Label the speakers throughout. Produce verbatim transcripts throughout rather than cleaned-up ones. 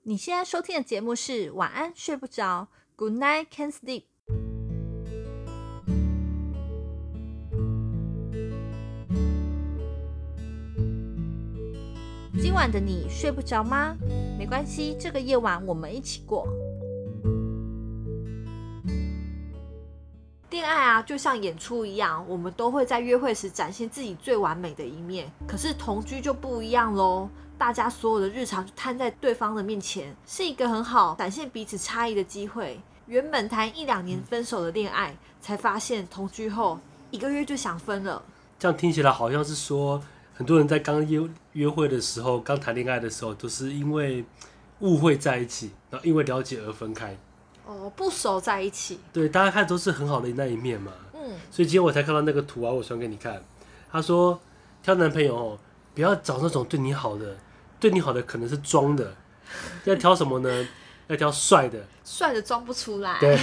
Speaker 1: 你现在收听的节目是晚安睡不着 Good night can't sleep。 今晚的你睡不着吗？没关系，这个夜晚我们一起过。恋爱啊，就像演出一样，我们都会在约会时展现自己最完美的一面。可是同居就不一样咯，大家所有的日常就摊在对方的面前，是一个很好展现彼此差异的机会。原本谈一两年分手的恋爱，才发现同居后一个月就想分了。
Speaker 2: 这样听起来好像是说，很多人在刚约约会的时候，刚谈恋爱的时候，都是因为误会在一起，然后因为了解而分开。
Speaker 1: 哦，不熟在一起。
Speaker 2: 对，大家看都是很好的那一面嘛。
Speaker 1: 嗯，
Speaker 2: 所以今天我才看到那个图啊，我传给你看。他说，挑男朋友哦，不要找那种对你好的，对你好的可能是装的。要挑什么呢？要挑帅的。
Speaker 1: 帅的装不出来。
Speaker 2: 对。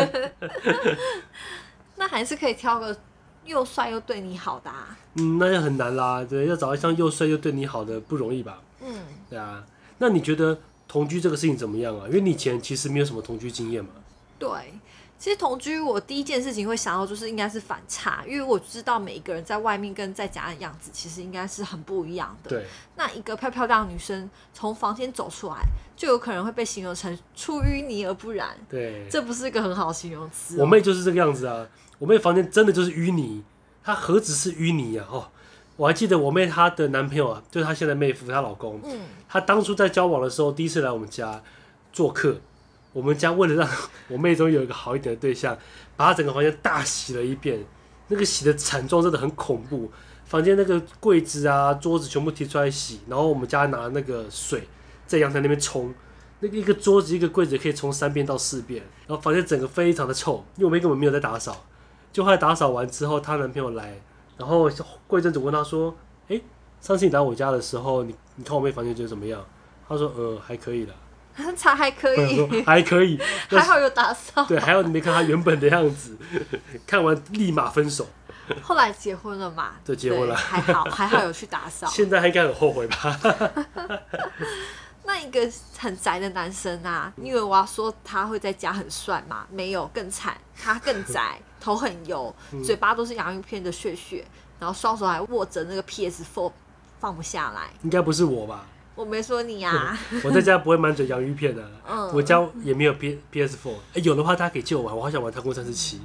Speaker 1: 那还是可以挑个又帅又对你好的啊。
Speaker 2: 嗯，那就很难啦。对，要找一像又帅又对你好的不容易吧？嗯，对啊。那你觉得同居这个事情怎么样啊？因为你以前其实没有什么同居经验嘛。
Speaker 1: 对，其实同居我第一件事情会想到就是应该是反差，因为我知道每一个人在外面跟在家的样子其实应该是很不一样的。
Speaker 2: 对，
Speaker 1: 那一个漂漂亮的女生从房间走出来，就有可能会被形容成出淤泥而不染。
Speaker 2: 对，
Speaker 1: 这不是一个很好的形容词。
Speaker 2: 我妹就是这个样子啊，我妹房间真的就是淤泥，她何止是淤泥啊！哦，我还记得我妹她的男朋友啊，就是她现在妹夫，她老公，嗯，她当初在交往的时候，第一次来我们家做客。我们家为了让我妹中有一个好一点的对象，把她整个房间大洗了一遍，那个洗的惨状真的很恐怖。房间那个柜子啊、桌子全部提出来洗，然后我们家拿那个水在阳台那边冲，那个一个桌子一个柜子可以冲三遍到四遍，然后房间整个非常的臭，因为我妹根本没有在打扫。就后来打扫完之后，她男朋友来，然后过一阵子问她说：“哎、欸，上次你来我家的时候，你你看我妹房间觉得怎么样？”她说：“呃，还可以啦。”
Speaker 1: 才还可以，
Speaker 2: 还可以，
Speaker 1: 还好有打扫。
Speaker 2: 对，还好你没看他原本的样子，看完立马分手。
Speaker 1: 后来结婚了嘛？
Speaker 2: 对，结婚了，
Speaker 1: 还好，还好有去打扫。
Speaker 2: 现在应该很后悔吧？
Speaker 1: 那一个很宅的男生啊，你以为我要说他会在家很帅吗？没有，更惨，他更宅，头很油，嘴巴都是洋芋片的屑屑，然后双手还握着那个 P S 四 放不下来。
Speaker 2: 应该不是我吧？
Speaker 1: 我没说你啊，
Speaker 2: 我在家不会满嘴洋芋片的、啊嗯，我家也没有 P S 四、欸，有的话大家可以借我玩，我好想玩《太空战士七》。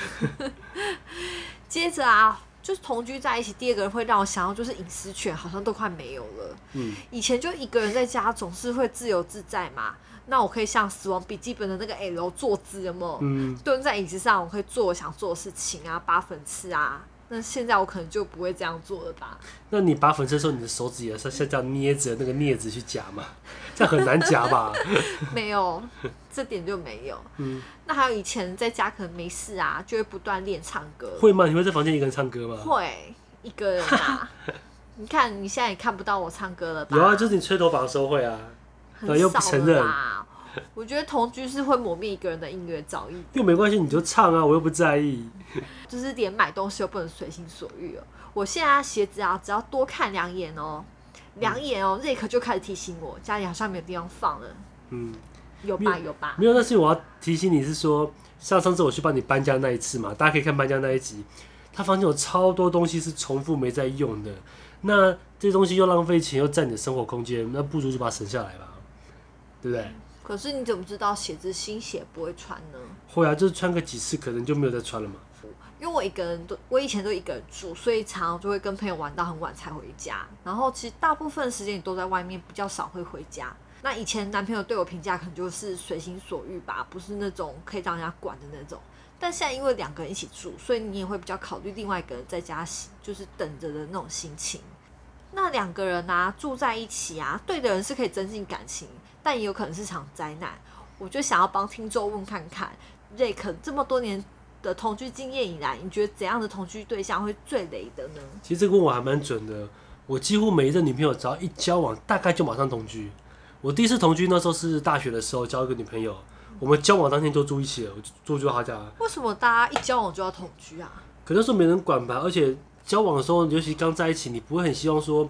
Speaker 1: 接着啊，就是同居在一起，第二个会让我想到就是隐私权好像都快没有了。嗯，以前就一个人在家总是会自由自在嘛，那我可以像《死亡笔记本》的那个 L 坐姿，有没有？嗯，蹲在椅子上，我可以做我想做的事情啊，拔粉刺啊。那现在我可能就不会这样做了吧？
Speaker 2: 那你拔粉刺的时候，你的手指也是像这样捏着那个镊子去夹嘛？这样很难夹吧？
Speaker 1: 没有，这点就没有。嗯，那还有以前在家可能没事啊，就会不断练唱歌。
Speaker 2: 会吗？你会在房间一个人唱歌吗？
Speaker 1: 会，一个人啊。你看你现在也看不到我唱歌了吧？
Speaker 2: 有啊，就是你吹头发的时候会啊，
Speaker 1: 很
Speaker 2: 又不承认。
Speaker 1: 我觉得同居是会磨灭一个人的音乐造诣。
Speaker 2: 又没关系，你就唱啊，我又不在意。
Speaker 1: 就是连买东西又不能随心所欲了。我现在鞋子啊，只要多看两眼哦，两眼哦，瑞克就开始提醒我家里好像没有地方放了。嗯，有吧有吧。
Speaker 2: 没有，但是我要提醒你是说，像上次我去帮你搬家那一次嘛，大家可以看搬家那一集，他房间有超多东西是重复没在用的，那这些东西又浪费钱又占你的生活空间，那不如就把它省下来吧，对不对？
Speaker 1: 可是你怎么知道鞋子新鞋不会穿呢？
Speaker 2: 会啊，就是穿个几次可能就没有再穿了嘛。
Speaker 1: 因为我一个人都，我以前都一个人住，所以常常就会跟朋友玩到很晚才回家。然后其实大部分时间都在外面，比较少会回家。那以前男朋友对我评价可能就是随心所欲吧，不是那种可以让人家管的那种。但现在因为两个人一起住，所以你也会比较考虑另外一个人在家就是等着的那种心情。那两个人啊住在一起啊，对的人是可以增进感情，但也有可能是场灾难。我就想要帮听众问看看，瑞克这么多年的同居经验以来，你觉得怎样的同居对象会最雷的呢？
Speaker 2: 其实这个问我还蛮准的，我几乎每一任女朋友只要一交往，大概就马上同居。我第一次同居那时候是大学的时候交一个女朋友，我们交往当天就住一起了，我就住到她家。
Speaker 1: 为什么大家一交往就要同居啊？
Speaker 2: 可能说没人管吧，而且交往的时候，尤其刚在一起，你不会很希望说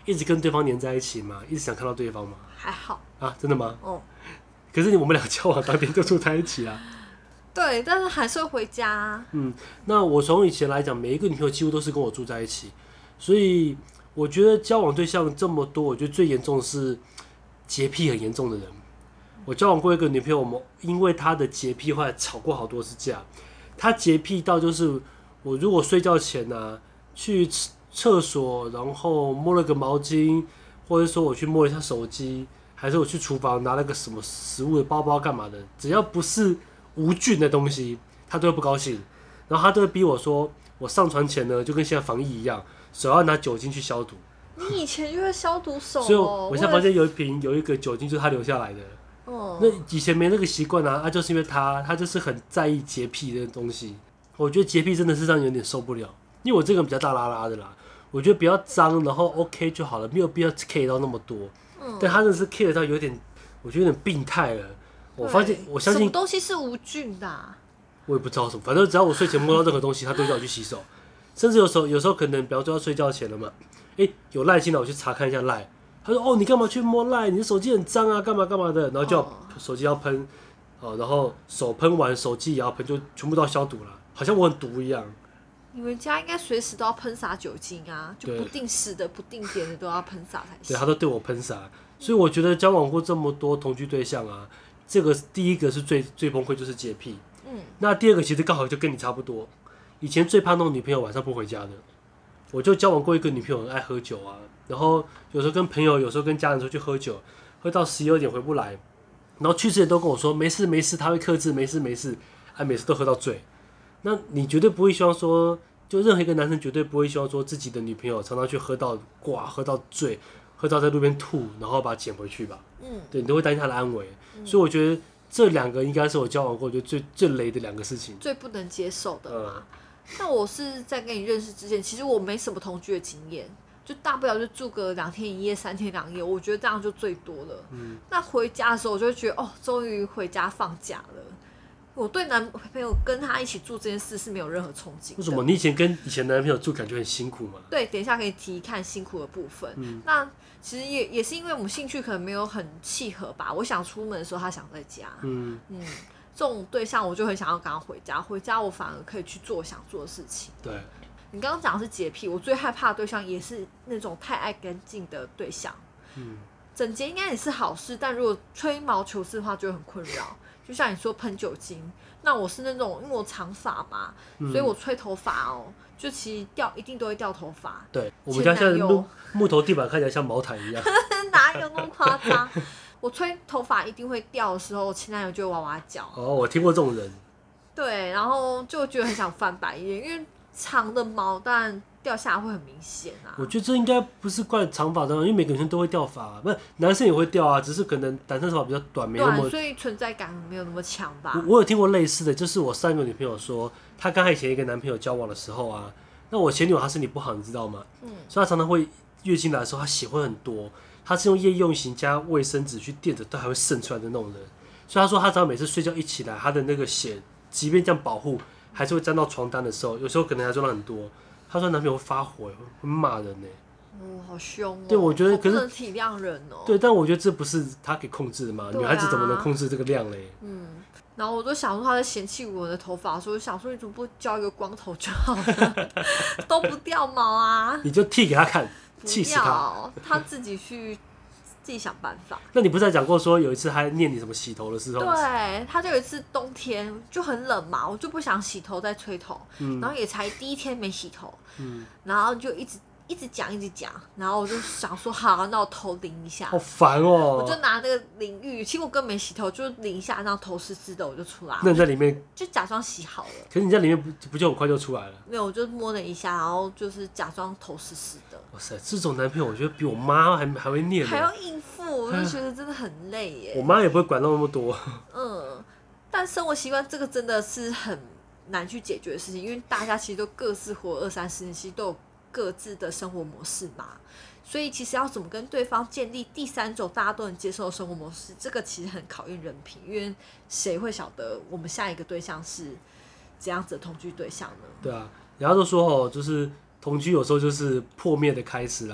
Speaker 2: 一直跟对方黏在一起吗？一直想看到对方吗？
Speaker 1: 还好
Speaker 2: 啊，真的吗？
Speaker 1: 哦。
Speaker 2: 可是我们俩交往当天就住在一起啦。
Speaker 1: 对，但是还是会回家啊。
Speaker 2: 嗯，那我从以前来讲，每一个女朋友几乎都是跟我住在一起，所以我觉得交往对象这么多，我觉得最严重的是洁癖很严重的人。我交往过一个女朋友，我们因为她的洁癖，后来吵过好多次架。她洁癖到就是我如果睡觉前啊去厕所，然后摸了个毛巾，或者说我去摸一下手机，还是我去厨房拿了个什么食物的包包干嘛的，只要不是无菌的东西，她都会不高兴。然后她都会逼我说，我上床前呢就跟现在防疫一样，手要拿酒精去消毒。
Speaker 1: 你以前就会消毒手、哦，
Speaker 2: 所以我现在发现有一瓶有一个酒精就是她留下来的。
Speaker 1: 哦，
Speaker 2: 那以前没那个习惯啊，啊，就是因为她，她就是很在意洁癖的东西。我觉得洁癖真的是让人有点受不了，因为我这个人比较大拉拉的啦，我觉得比较脏，然后 OK 就好了，没有必要 care 到那么多。嗯，但她真的是 care 到有点，我觉得有点病态了。我发现，我相信
Speaker 1: 什么东西是无菌的、啊，
Speaker 2: 我也不知道什么，反正只要我睡前摸到任何东西，她都叫我去洗手。甚至有时候，有时候可能，比方说要睡觉前了嘛，哎、欸，有赖进来，我去查看一下赖。他说：“哦，你干嘛去摸赖？你的手机很脏啊，干嘛干嘛的。”然后就要、哦、手机要喷，哦，然后手喷完，手机也要喷，就全部都要消毒了，好像我很毒一样。
Speaker 1: 你们家应该随时都要喷洒酒精啊，就不定时的、不定点的都要喷洒才行。
Speaker 2: 对，他都对我喷洒，所以我觉得交往过这么多同居对象啊，这个第一个是最最崩溃，就是洁癖。嗯，那第二个其实刚好就跟你差不多。以前最怕那种女朋友晚上不回家的，我就交往过一个女朋友，很爱喝酒啊。然后有时候跟朋友，有时候跟家人出去喝酒，喝到十一二点回不来，然后去之前都跟我说没事没事，他会克制，没事没事，啊每次都喝到醉。那你绝对不会希望说，就任何一个男生绝对不会希望说自己的女朋友常常去喝到挂，喝到醉，喝到在路边吐，然后把他捡回去吧。嗯，对，你都会担心他的安危。嗯、所以我觉得这两个应该是我交往过觉得最最雷的两个事情，
Speaker 1: 最不能接受的嘛。那、嗯、我是在跟你认识之前，其实我没什么同居的经验。就大不了就住个两天一夜、三天两夜，我觉得这样就最多了。嗯，那回家的时候，我就会觉得哦，终于回家放假了。我对男朋友跟他一起住这件事是没有任何憧憬的。
Speaker 2: 为什么？你以前跟以前男朋友住，感觉很辛苦吗？
Speaker 1: 对，等一下可以提看辛苦的部分。嗯，那其实也也是因为我们兴趣可能没有很契合吧。我想出门的时候，他想在家。嗯嗯，这种对象我就很想要跟他回家。回家我反而可以去做想做的事情。
Speaker 2: 对。
Speaker 1: 你刚刚讲的是洁癖，我最害怕的对象也是那种太爱干净的对象。嗯，整洁应该也是好事，但如果吹毛求疵的话，就会很困扰。就像你说喷酒精，那我是那种因为我长发嘛，嗯、所以我吹头发哦，就其实掉一定都会掉头发。
Speaker 2: 对，我们家现在木木头地板看起来像毛毯一样，
Speaker 1: 哪有那么夸张？我吹头发一定会掉的时候，前男友就会哇哇叫。
Speaker 2: 哦，我听过这种人。
Speaker 1: 对，然后就觉得很想翻白眼，因为长的毛但掉下来会很明显啊。
Speaker 2: 我觉得这应该不是怪长发的，因为每个女生都会掉发、啊，不是男生也会掉啊，只是可能男生头发比较短，没那么，
Speaker 1: 所以存在感没有那么强吧。
Speaker 2: 我, 我有听过类似的，就是我上一个女朋友说，她刚才以前一个男朋友交往的时候啊，那我前女友她身体不好，你知道吗？嗯，所以她常常会月经来的时候，她血会很多，她是用夜用型加卫生纸去垫着，都还会渗出来的那种人。所以她说，她只要每次睡觉一起来，她的那个血，即便这样保护。还是会沾到床单的时候，有时候可能还撞到很多。她说男朋友会发火，会骂人呢。
Speaker 1: 哦，好凶哦！
Speaker 2: 对，我觉得可是
Speaker 1: 不能体谅人哦。
Speaker 2: 对，但我觉得这不是他可以控制的嘛？
Speaker 1: 啊、
Speaker 2: 女孩子怎么能控制这个量嘞？
Speaker 1: 嗯，然后我就想说他在嫌弃我的头发的时候，我想说你怎么不交一个光头就好了，都不掉毛啊？
Speaker 2: 你就剃给他看，气死他，
Speaker 1: 他自己去。自己想办法。
Speaker 2: 那你不是还讲过说有一次还念你什么洗头的时候？
Speaker 1: 对，他就有一次冬天就很冷嘛，我就不想洗头再吹头，嗯、然后也才第一天没洗头，嗯、然后就一直一直讲一直讲，然后我就想说好，那我头淋一下。
Speaker 2: 好烦哦！
Speaker 1: 我就拿那个淋浴，其实我根本没洗头，就淋一下，然后头湿湿的我就出来了。
Speaker 2: 那你在里面
Speaker 1: 就假装洗好了。
Speaker 2: 可是你在里面不不就很快就出来了？
Speaker 1: 没有，我就摸了一下，然后就是假装头湿湿的。
Speaker 2: 哇塞，这种男朋友我觉得比我妈还还会念，
Speaker 1: 还要应付，我就觉得真的很累耶。
Speaker 2: 我妈也不会管到那么多。
Speaker 1: 嗯，但生活习惯这个真的是很难去解决的事情，因为大家其实都各自活二三十年，其实都有各自的生活模式嘛。所以其实要怎么跟对方建立第三种大家都能接受的生活模式，这个其实很考验人品，因为谁会晓得我们下一个对象是怎样子的同居对象呢？
Speaker 2: 对啊，人家都说哦，就是同居有时候就是破灭的开始啦。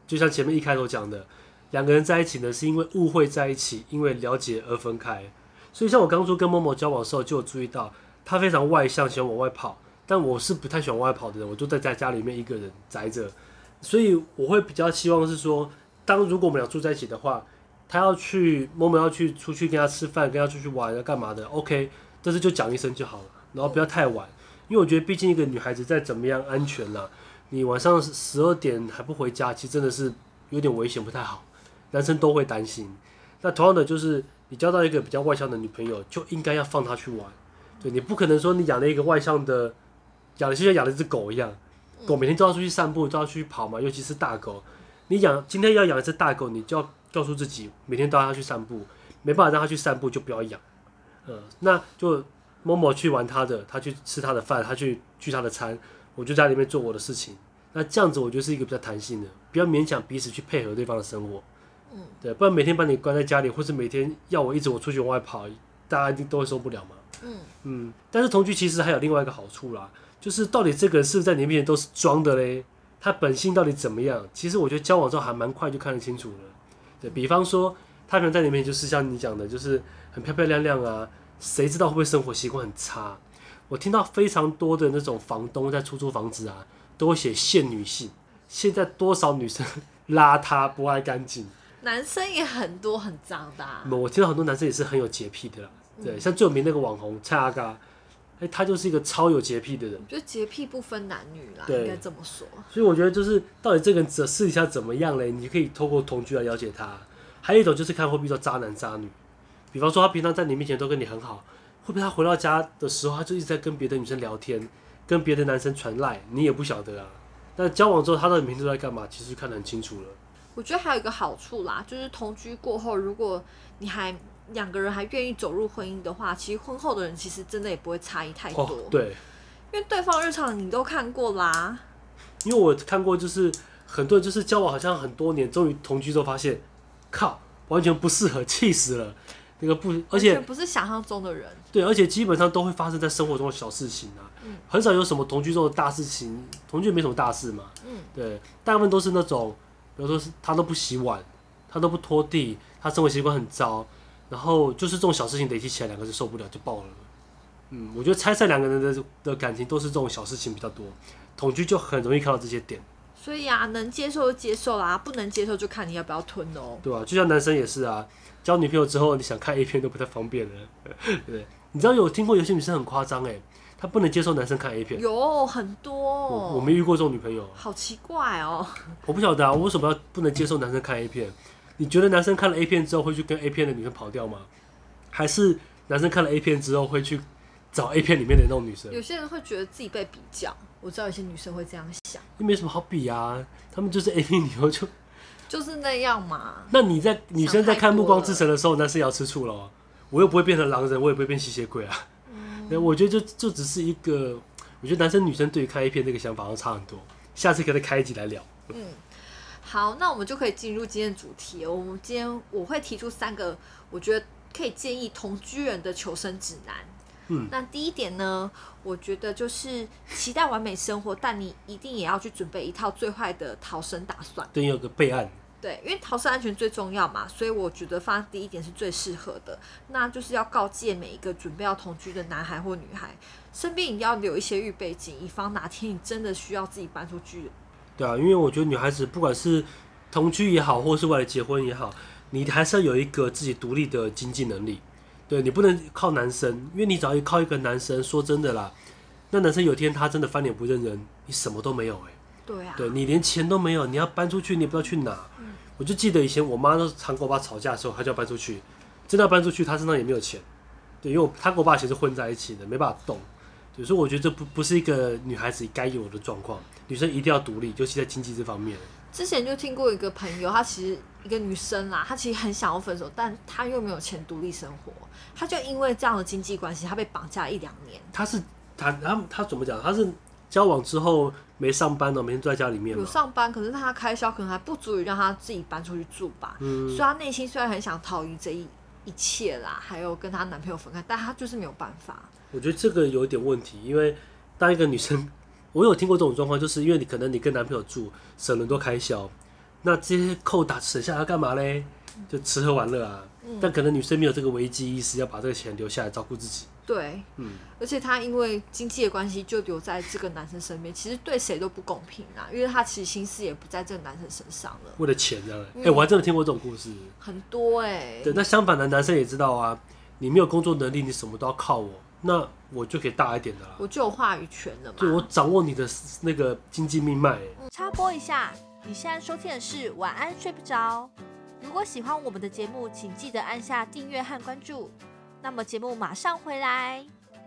Speaker 2: 就像前面一开头讲的，两个人在一起呢，是因为误会在一起，因为了解而分开。所以像我刚初跟某某交往的时候，就有注意到他非常外向，喜欢往外跑，但我是不太喜欢往外跑的人，我就在在家里面一个人宅着。所以我会比较希望是说，当如果我们俩住在一起的话，他要去某某要去出去跟他吃饭，跟他出去玩要干嘛的 ，OK， 但是就讲一声就好了，然后不要太晚，因为我觉得毕竟一个女孩子再怎么样安全啦，你晚上十二点还不回家，其实真的是有点危险，不太好。男生都会担心。那同样的，就是你交到一个比较外向的女朋友，就应该要放她去玩。对，你不可能说你养了一个外向的，养的就像养了一只狗一样，狗每天都要出去散步，都要出去跑嘛，尤其是大狗。你养今天要养一只大狗，你就要告诉自己，每天都要让它去散步，没办法让它去散步就不要养。呃，那就某某去玩他的，他去吃他的饭，他去聚他的餐，我就在里面做我的事情。那这样子我觉得是一个比较弹性的，不要勉强彼此去配合对方的生活。嗯，对，不然每天把你关在家里，或是每天要我一直我出去往外跑，大家一定都会受不了嘛。嗯嗯，但是同居其实还有另外一个好处啦，就是到底这个人是不是在你面前都是装的嘞？他本性到底怎么样？其实我觉得交往之后还蛮快就看得清楚了。对，比方说，他可能在你面前就是像你讲的，就是很漂漂亮亮啊，谁知道会不会生活习惯很差？我听到非常多的那种房东在出租房子啊，都会写限女性。现在多少女生邋遢不爱干净？
Speaker 1: 男生也很多很脏的、啊。
Speaker 2: 我听到很多男生也是很有洁癖的啦。对，嗯、像最有名那个网红蔡阿嘎。欸、他就是一个超有洁癖的人，
Speaker 1: 我觉得洁癖不分男女啦，应该这么说。
Speaker 2: 所以我觉得就是到底这个人私底下怎么样嘞？你可以透过同居来了解他。还有一种就是看会不会遇到渣男渣女，比方说他平常在你面前都跟你很好，会不会他回到家的时候他就一直在跟别的女生聊天，跟别的男生传赖，你也不晓得啊。但交往之后他到底每天都在干嘛，其实看得很清楚了。
Speaker 1: 我觉得还有一个好处啦，就是同居过后，如果你还两个人还愿意走入婚姻的话，其实婚后的人其实真的也不会差异太多。哦、
Speaker 2: 对，
Speaker 1: 因为对方日常你都看过啦。
Speaker 2: 因为我看过，就是很多人就是交往好像很多年，终于同居之后发现，靠，完全不适合，气死了。那个不，而且
Speaker 1: 完全不是想象中的人。
Speaker 2: 对，而且基本上都会发生在生活中的小事情啊，嗯、很少有什么同居中的大事情。同居没什么大事嘛，嗯，对，大部分都是那种，比如说是他都不洗碗，他都不拖地，他生活习惯很糟。然后就是这种小事情累积起来，两个人受不了就爆了。嗯，我觉得拆散两个人 的, 的感情都是这种小事情比较多，同居就很容易看到这些点。
Speaker 1: 所以啊，能接受就接受啦，不能接受就看你要不要吞哦。
Speaker 2: 对啊，就像男生也是啊，交女朋友之后，你想看 A 片都不太方便了。对，你知道有听过有些女生很夸张哎，她不能接受男生看 A 片。
Speaker 1: 有很多、哦
Speaker 2: 我，我没遇过这种女朋友。
Speaker 1: 好奇怪哦。
Speaker 2: 我不晓得啊，我为什么要不能接受男生看 A 片？你觉得男生看了 A 片之后会去跟 A 片的女生跑掉吗？还是男生看了 A 片之后会去找 A 片里面的那种女生？
Speaker 1: 有些人会觉得自己被比较，我知道有些女生会这样想。
Speaker 2: 没什么好比啊，他们就是 A 片以后就
Speaker 1: 就是那样嘛。
Speaker 2: 那你在女生在看《暮光之城》的时候，男生也要吃醋了、喔。我又不会变成狼人，我也不会变吸血鬼啊。嗯、我觉得就就只是一个，我觉得男生女生对于看 A 片这个想法要差很多。下次可以再开一集来聊。嗯。
Speaker 1: 好，那我们就可以进入今天的主题了。我们今天我会提出三个我觉得可以建议同居人的求生指南。嗯，那第一点呢，我觉得就是期待完美生活，但你一定也要去准备一套最坏的逃生打算。
Speaker 2: 对，有个备案。
Speaker 1: 对，因为逃生安全最重要嘛，所以我觉得放在第一点是最适合的。那就是要告诫每一个准备要同居的男孩或女孩，身边一定要留一些预备金，以防哪天你真的需要自己搬出去。
Speaker 2: 对啊，因为我觉得女孩子不管是同居也好，或是为了结婚也好，你还是要有一个自己独立的经济能力。对，你不能靠男生，因为你只要靠一个男生，说真的啦，那男生有天他真的翻脸不认人，你什么都没有哎、欸。
Speaker 1: 对啊。对，
Speaker 2: 你连钱都没有，你要搬出去，你也不知道去哪。嗯、我就记得以前我妈都常跟我爸吵架的时候，她就要搬出去，真的要搬出去，她身上也没有钱。对，因为她跟我爸其实混在一起的，没办法动。对，所以我觉得这不不是一个女孩子该有的状况。女生一定要独立，尤其在经济这方面。
Speaker 1: 之前就听过一个朋友，她其实一个女生啦，她其实很想要分手，但她又没有钱独立生活，她就因为这样的经济关系，她被绑架一两年。
Speaker 2: 她是她她她怎么讲？她是交往之后没上班的，每天都在家里面。
Speaker 1: 有上班，可是她开销可能还不足以让她自己搬出去住吧。嗯，所以她内心虽然很想逃离这一一切啦，还有跟她男朋友分开，但她就是没有办法。
Speaker 2: 我觉得这个有一点问题，因为当一个女生。我有听过这种状况，就是因为你可能你跟男朋友住，省了很多开销， 那这些扣打省下来要干嘛嘞？就吃喝玩乐啊。嗯、但可能女生没有这个危机意识，要把这个钱留下来照顾自己。
Speaker 1: 对，嗯，而且他因为经济的关系就留在这个男生身边，其实对谁都不公平啊，因为他其实心思也不在这个男生身上了。
Speaker 2: 为了钱这样，哎、嗯欸，我还真的听过这种故事，
Speaker 1: 很多哎、欸。
Speaker 2: 对，那相反的男生也知道啊，你没有工作能力，你什么都要靠我，那我就可以大一点的啦，
Speaker 1: 我就有话语权了嘛。
Speaker 2: 对，我掌握你的那个经济命脉、欸。
Speaker 1: 嗯，插播一下，你现在收听的是晚安睡不着。如果喜欢我们的节目，请记得按下订阅和关注。那么节目马上回来。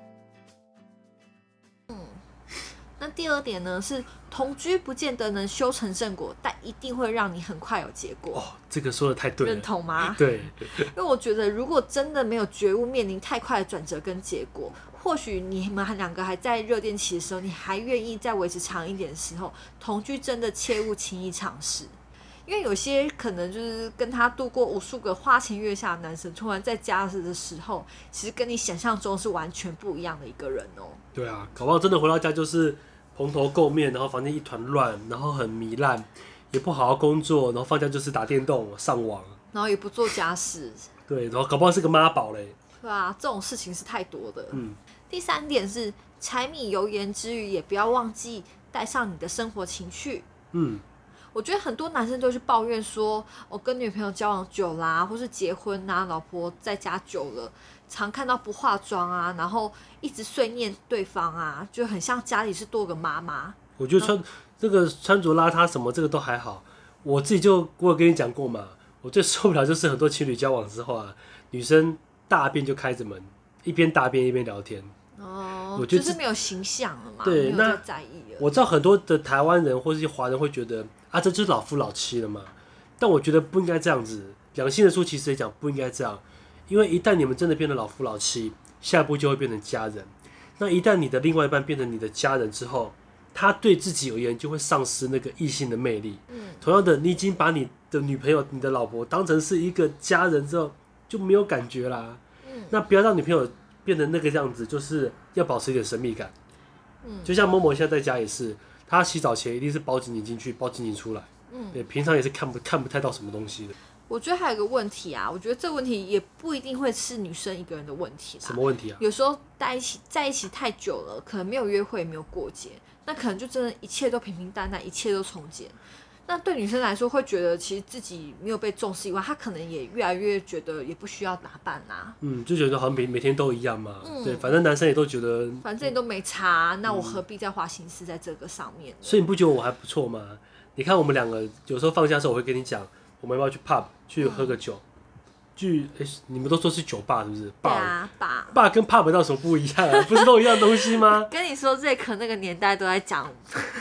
Speaker 1: 嗯，那第二点呢是同居不见得能修成正果，但一定会让你很快有结果。
Speaker 2: 哦，这个说的太对了，
Speaker 1: 认同吗？
Speaker 2: 对，
Speaker 1: 因为我觉得如果真的没有觉悟，面临太快的转折跟结果，或许你们两个还在热恋期的时候，你还愿意再维持长一点的时候，同居真的切勿轻易尝试。因为有些可能就是跟他度过无数个花前月下的男生，突然在家的时候，其实跟你想象中是完全不一样的一个人哦。
Speaker 2: 对啊，搞不好真的回到家就是蓬头垢面，然后房间一团乱，然后很糜烂，也不好好工作，然后放假就是打电动、上网，
Speaker 1: 然后也不做家事。
Speaker 2: 对，然后搞不好是个妈宝嘞。
Speaker 1: 对啊，这种事情是太多的。
Speaker 2: 嗯。
Speaker 1: 第三点是柴米油盐之余，也不要忘记带上你的生活情趣。嗯。我觉得很多男生都去抱怨说，我、哦、跟女朋友交往久啦，或是结婚啊，老婆在家久了，常看到不化妆啊，然后一直碎念对方啊，就很像家里是多个妈妈。
Speaker 2: 我觉得穿、嗯、这个穿着邋遢什么，这个都还好。我自己就我有跟你讲过嘛，我最受不了就是很多情侣交往之后啊，女生大便就开着门，一边大便一边聊天。
Speaker 1: 哦，我觉得就是没有形象了嘛，
Speaker 2: 对，
Speaker 1: 没有在在意了。
Speaker 2: 我知道很多的台湾人或是华人会觉得啊，这就是老夫老妻了嘛。但我觉得不应该这样子。两性的书其实也讲不应该这样，因为一旦你们真的变成老夫老妻，下一步就会变成家人。那一旦你的另外一半变成你的家人之后，他对自己而言就会丧失那个异性的魅力。嗯，同样的，你已经把你的女朋友、你的老婆当成是一个家人之后，就没有感觉啦。嗯，那不要让女朋友变成那个样子，就是要保持一点神秘感。嗯，就像某某现在在家也是，他洗澡前一定是包紧紧进去，包紧紧出来。嗯，对，平常也是看不看不太到什么东西的。
Speaker 1: 我觉得还有一个问题啊，我觉得这个问题也不一定会是女生一个人的问题啦。
Speaker 2: 什么问题啊？
Speaker 1: 有时候在一起在一起太久了，可能没有约会，没有过节，那可能就真的一切都平平淡淡，一切都从简。那对女生来说，会觉得其实自己没有被重视以外，她可能也越来越觉得也不需要打扮啦。
Speaker 2: 嗯，就觉得好像每每天都一样嘛。嗯，对，反正男生也都觉得，
Speaker 1: 反正你都没差，那我何必再花心思在这个上面呢？
Speaker 2: 所以你不觉得我还不错吗？你看我们两个有时候放假的时候，我会跟你讲，我们要不要去 pub 去喝个酒？嗯、去、欸，你们都说是酒吧是不是？
Speaker 1: 对啊，吧。
Speaker 2: 吧跟 pub 有什么不一样啊？不是都一样东西吗？
Speaker 1: 跟你说，Zack 那个年代都在讲。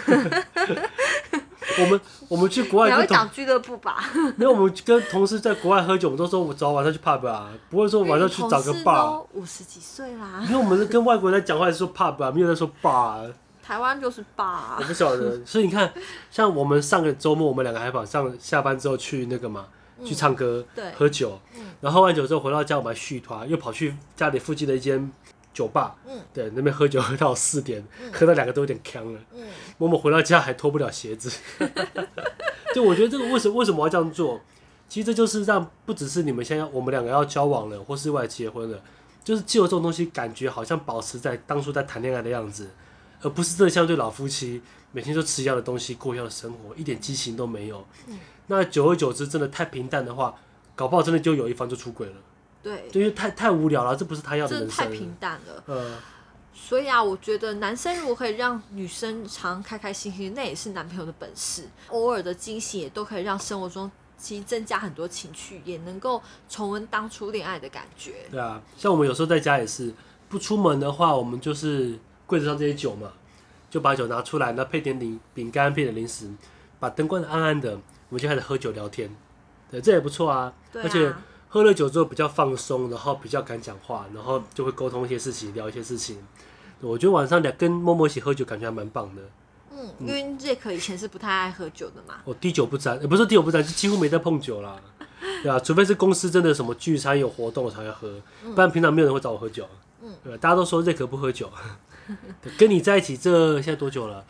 Speaker 2: 我们我们去国外，
Speaker 1: 你还会讲俱乐部吧？
Speaker 2: 没有，我们跟同事在国外喝酒，我们都说我早晚上去 pub 啊，不会说晚上去找个 bar。
Speaker 1: 五十几岁啦。
Speaker 2: 因为我们跟外国人在讲话，是说 pub 啊，没有在说 bar、啊。
Speaker 1: 台湾就是 bar、啊。
Speaker 2: 我不晓得，所以你看，像我们上个周末，我们两个还跑上下班之后去那个嘛，嗯、去唱歌、
Speaker 1: 对，
Speaker 2: 喝酒，嗯、然后喝完酒之后回到家，我们还续团，又跑去家里附近的一间酒吧，嗯，对，那边喝酒喝到四点，嗯、喝到两个都有点呛了。嗯，默默回到家还脱不了鞋子。就我觉得这个为什么为什么要这样做？其实这就是让不只是你们现在我们两个要交往了，或是未来结婚了，就是既有这种东西，感觉好像保持在当初在谈恋爱的样子，而不是真的像对老夫妻每天就吃一样的东西，过一样的生活，一点激情都没有。嗯，那久而久之，真的太平淡的话，搞不好真的就有一方就出轨了。
Speaker 1: 对，
Speaker 2: 因为太太无聊了，这不是他要的人生。
Speaker 1: 真的太平淡了。
Speaker 2: 呃
Speaker 1: 所以啊，我觉得男生如果可以让女生常开开心心，那也是男朋友的本事。偶尔的惊喜也都可以让生活中其实增加很多情趣，也能够重温当初恋爱的感觉。
Speaker 2: 对啊，像我们有时候在家也是，不出门的话，我们就是柜子上这些酒嘛，就把酒拿出来，然后配点饼饼干，配点零食，把灯关得暗暗的，我们就开始喝酒聊天。对，这也不错啊。
Speaker 1: 对啊，
Speaker 2: 而且喝了酒之后比较放松，然后比较敢讲话，然后就会沟通一些事情，聊一些事情。我觉得晚上跟默默一起喝酒，感觉还蛮棒的。
Speaker 1: 嗯，因为 Zack 以前是不太爱喝酒的嘛。
Speaker 2: 我滴酒不沾，也不是滴酒不沾，就几乎没在碰酒啦。对啊，除非是公司真的什么聚餐有活动我才会喝，嗯、不然平常没有人会找我喝酒。嗯，对吧？大家都说 Zack 不喝酒。跟你在一起这现在多久了？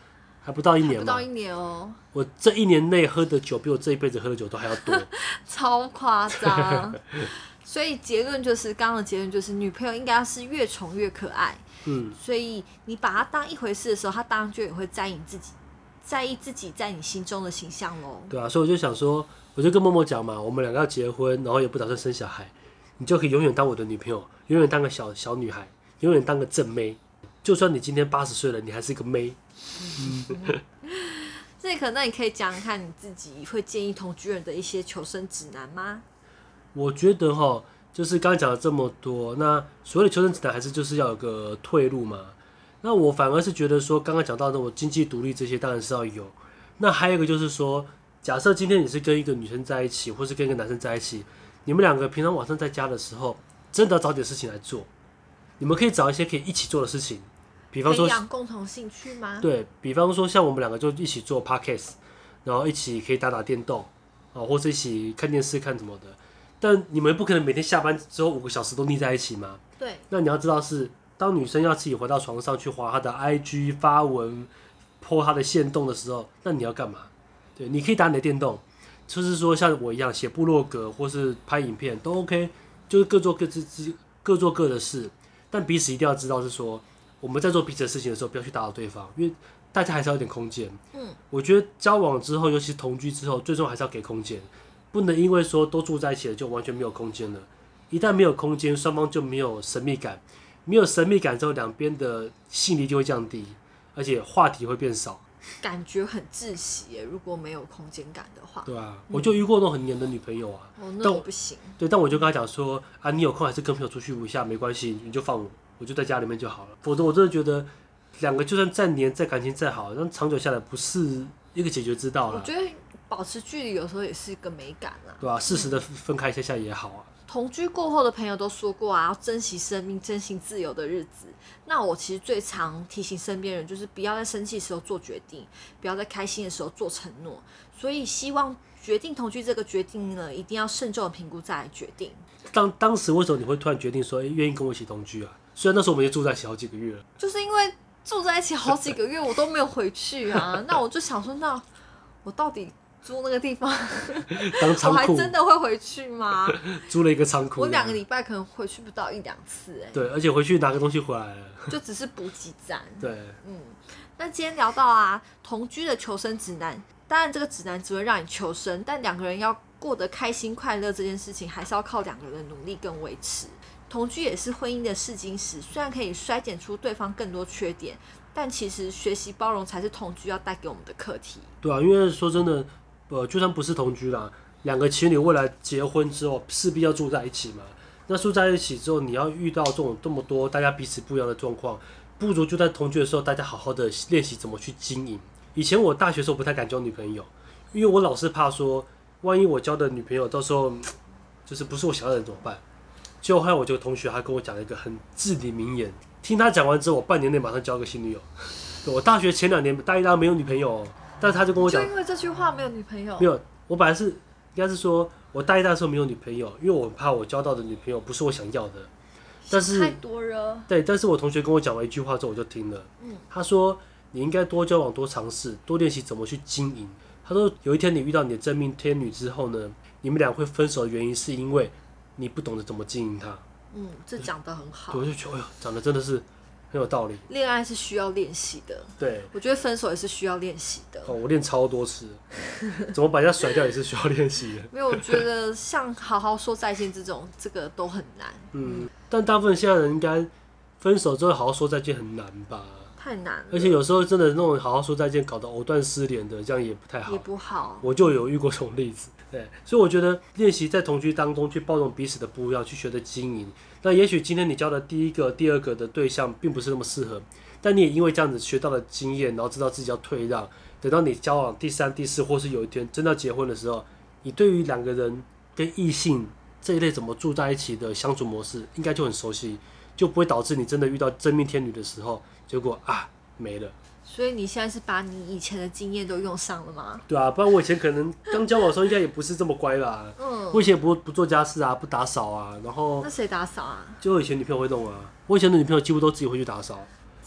Speaker 2: 还不到一年嘛，
Speaker 1: 不到一年哦。
Speaker 2: 我这一年内喝的酒比我这一辈子喝的酒都还要多，
Speaker 1: 超夸张。所以结论就是，刚刚的结论就是，女朋友应该是越宠越可爱。嗯，所以你把她当一回事的时候，她当然就也会在意自己，在意自己在你心中的形象咯。
Speaker 2: 对啊，所以我就想说，我就跟默默讲嘛，我们两个要结婚，然后也不打算生小孩，你就可以永远当我的女朋友，永远当个小小女孩，永远当个正妹。就算你今天八十岁了，你还是个妹。
Speaker 1: 嗯，所以可能你可以讲讲看你自己会建议同居人的一些求生指南吗？
Speaker 2: 我觉得哈，就是刚才讲了这么多，那所谓的求生指南还是就是要有个退路嘛。那我反而是觉得说，刚刚讲到的我经济独立这些当然是要有。那还有一个就是说，假设今天你是跟一个女生在一起，或是跟一个男生在一起，你们两个平常晚上在家的时候，真的要找点事情来做。你们可以找一些可以一起做的事情，比方说
Speaker 1: 培养共同兴趣吗？
Speaker 2: 对，比方说像我们两个就一起做 podcast， 然后一起可以打打电动啊，或者一起看电视看什么的。但你们不可能每天下班之后五个小时都腻在一起嘛？
Speaker 1: 对。那
Speaker 2: 你要知道是，当女生要自己回到床上去滑她的 I G 发文、po 她的限动的时候，那你要干嘛？对，你可以打你的电动，就是说像我一样写部落格或是拍影片都 OK， 就是各做各自各做各的事。但彼此一定要知道是说，我们在做彼此的事情的时候，不要去打扰对方，因为大家还是要有点空间。嗯，我觉得交往之后，尤其同居之后，最终还是要给空间。不能因为说都住在一起了就完全没有空间了，一旦没有空间，双方就没有神秘感，没有神秘感之后，两边的吸引力就会降低，而且话题会变少，
Speaker 1: 感觉很窒息耶。如果没有空间感的话，
Speaker 2: 对啊，嗯、我就遇过那种很黏的女朋友啊，
Speaker 1: 哦，那我不行。
Speaker 2: 对，但我就跟她讲说啊，你有空还是跟朋友出去一下没关系，你就放我，我就在家里面就好了。否则我真的觉得两个就算再黏再感情再好，但长久下来不是一个解决之道啦。
Speaker 1: 我觉得保持距离有时候也是一个美感啊，
Speaker 2: 对啊，适时的分开一下下也好啊。
Speaker 1: 同居过后的朋友都说过啊，要珍惜生命，珍惜自由的日子。那我其实最常提醒身边人，就是不要在生气的时候做决定，不要在开心的时候做承诺。所以希望决定同居这个决定呢，一定要慎重的评估再来决定。
Speaker 2: 当当时为什么你会突然决定说，愿意跟我一起同居啊？虽然那时候我们也住在一起好几个月了，
Speaker 1: 就是因为住在一起好几个月，我都没有回去啊。那我就想说，那我到底租那个地方
Speaker 2: 当仓库，
Speaker 1: 我还真的会回去吗？
Speaker 2: 租了一个仓库，
Speaker 1: 我两个礼拜可能回去不到一两次、欸，
Speaker 2: 对，而且回去拿个东西回来了，
Speaker 1: 就只是补给站。
Speaker 2: 对，
Speaker 1: 嗯，那今天聊到啊，同居的求生指南，当然这个指南只会让你求生，但两个人要过得开心快乐这件事情，还是要靠两个人的努力跟维持。同居也是婚姻的试金石，虽然可以衰减出对方更多缺点，但其实学习包容才是同居要带给我们的课题。
Speaker 2: 对啊，因为说真的。呃，就算不是同居啦，两个情侣未来结婚之后势必要住在一起嘛。那住在一起之后，你要遇到这种这么多大家彼此不一样的状况，不如就在同居的时候，大家好好的练习怎么去经营。以前我大学的时候不太敢交女朋友，因为我老是怕说，万一我交的女朋友到时候就是不是我想要的人怎么办？结果后来我这个同学他跟我讲了一个很至理名言，听他讲完之后，我半年内马上交一个新女友。我大学前两年大一、大二没有女朋友、喔。但是他就跟我讲，
Speaker 1: 就因为这句话没有女朋友。
Speaker 2: 没有，我本来是应该是说，我大一、大二的时候没有女朋友，因为我很怕我交到的女朋友不是我想要的。但是
Speaker 1: 太多了。对，
Speaker 2: 但是我同学跟我讲完一句话之后，我就听了。嗯，他说你应该多交往、多尝试、多练习怎么去经营。他说有一天你遇到你的真命天女之后呢，你们俩会分手的原因是因为你不懂得怎么经营她。
Speaker 1: 嗯，这讲得很好。
Speaker 2: 我就觉得，哎呦，讲的真的是。很有道理，
Speaker 1: 恋爱是需要练习的。
Speaker 2: 对，
Speaker 1: 我觉得分手也是需要练习的。
Speaker 2: 哦，我练超多次，怎么把人家甩掉也是需要练习的。
Speaker 1: 没有，我觉得像好好说再见这种，这个都很难。
Speaker 2: 嗯，但大部分现在人应该分手之后好好说再见很难吧？
Speaker 1: 太难了。
Speaker 2: 而且有时候真的那种好好说再见搞得藕断丝连的，这样也不太好。
Speaker 1: 也不好。我
Speaker 2: 就有遇过这种例子。对，所以我觉得练习在同居当中去包容彼此的不一样，去学着经营。那也许今天你交的第一个、第二个的对象并不是那么适合，但你也因为这样子学到了经验，然后知道自己要退让。等到你交往第三、第四，或是有一天真的结婚的时候，你对于两个人跟异性这一类怎么住在一起的相处模式，应该就很熟悉，就不会导致你真的遇到真命天女的时候，结果啊没了。
Speaker 1: 所以你现在是把你以前的经验都用上了吗？
Speaker 2: 对啊，不然我以前可能刚交往的时候应该也不是这么乖啦。嗯，我以前也不不做家事啊，不打扫啊，然后
Speaker 1: 那谁打扫啊？
Speaker 2: 就我以前女朋友会弄啊，我以前的女朋友几乎都自己会去打扫。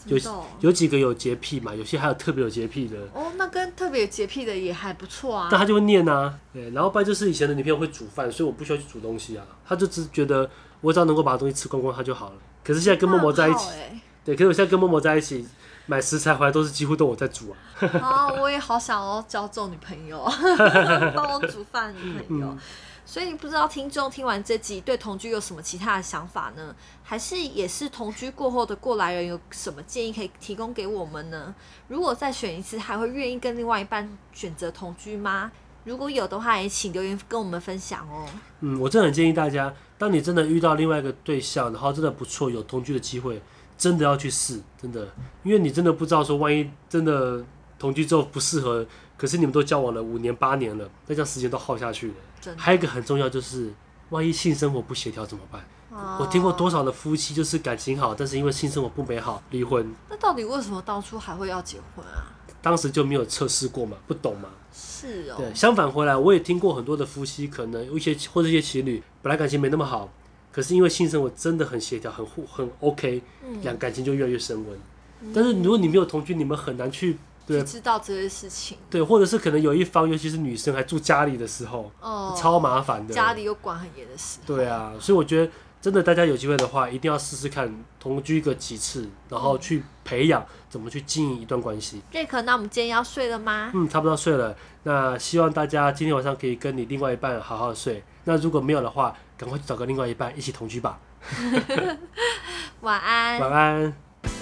Speaker 2: 有
Speaker 1: 真的哦
Speaker 2: 有几个有洁癖嘛，有些还有特别有洁癖的。
Speaker 1: 哦，那跟特别有洁癖的也还不错啊。
Speaker 2: 但他就会念啊，对，然后不然就是以前的女朋友会煮饭，所以我不需要去煮东西啊，他就只觉得我只要能够把东西吃光光，他就好了。可是现在跟默默在一起，
Speaker 1: 欸、
Speaker 2: 对，可是我现在跟默默在一起，买食材回来都是几乎都我在煮啊。
Speaker 1: 啊，我也好想要交这种女朋友，帮我煮饭的女朋友。嗯，所以不知道听众听完这集对同居有什么其他的想法呢？还是也是同居过后的过来人有什么建议可以提供给我们呢？如果再选一次，还会愿意跟另外一半选择同居吗？如果有的话，也请留言跟我们分享哦。
Speaker 2: 嗯，我真的很建议大家，当你真的遇到另外一个对象，然后真的不错，有同居的机会，真的要去试，真的，因为你真的不知道说，万一真的同居之后不适合，可是你们都交往了五年八年了，那这样时间都耗下去了。还有一个很重要就是，万一性生活不协调怎么办？哦，我听过多少的夫妻就是感情好，但是因为性生活不美好离婚。
Speaker 1: 那到底为什么当初还会要结婚啊？
Speaker 2: 当时就没有测试过嘛，不懂嘛。
Speaker 1: 是哦。对，
Speaker 2: 相反回来，我也听过很多的夫妻，可能有一些或者一些情侣本来感情没那么好，可是因为性生活真的很协调，很很 OK，两、嗯、感情就越来越升温。嗯、但是如果你没有同居，你们很难去。对，
Speaker 1: 去知道这些事情，
Speaker 2: 对，或者是可能有一方，尤其是女生还住家里的时候，哦，超麻烦的，
Speaker 1: 家里又管很严的时候，
Speaker 2: 对啊，所以我觉得真的大家有机会的话，一定要试试看同居个几次，然后去培养怎么去经营一段关系。
Speaker 1: 瑞克，那我们今天要睡了吗？
Speaker 2: 嗯，差不多睡了。那希望大家今天晚上可以跟你另外一半好好的睡。那如果没有的话，赶快去找个另外一半一起同居吧。
Speaker 1: 晚安。
Speaker 2: 晚安。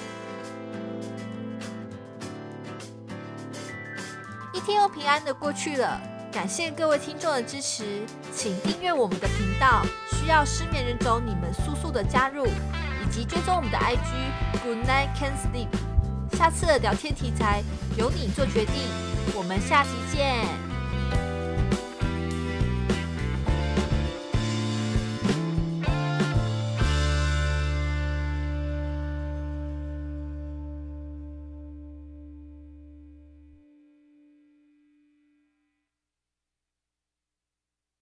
Speaker 1: 一天又平安的过去了，感谢各位听众的支持，请订阅我们的频道，需要失眠人种你们速速的加入，以及追踪我们的 I G Good Night Can Sleep。下次的聊天题材由你做决定，我们下期见。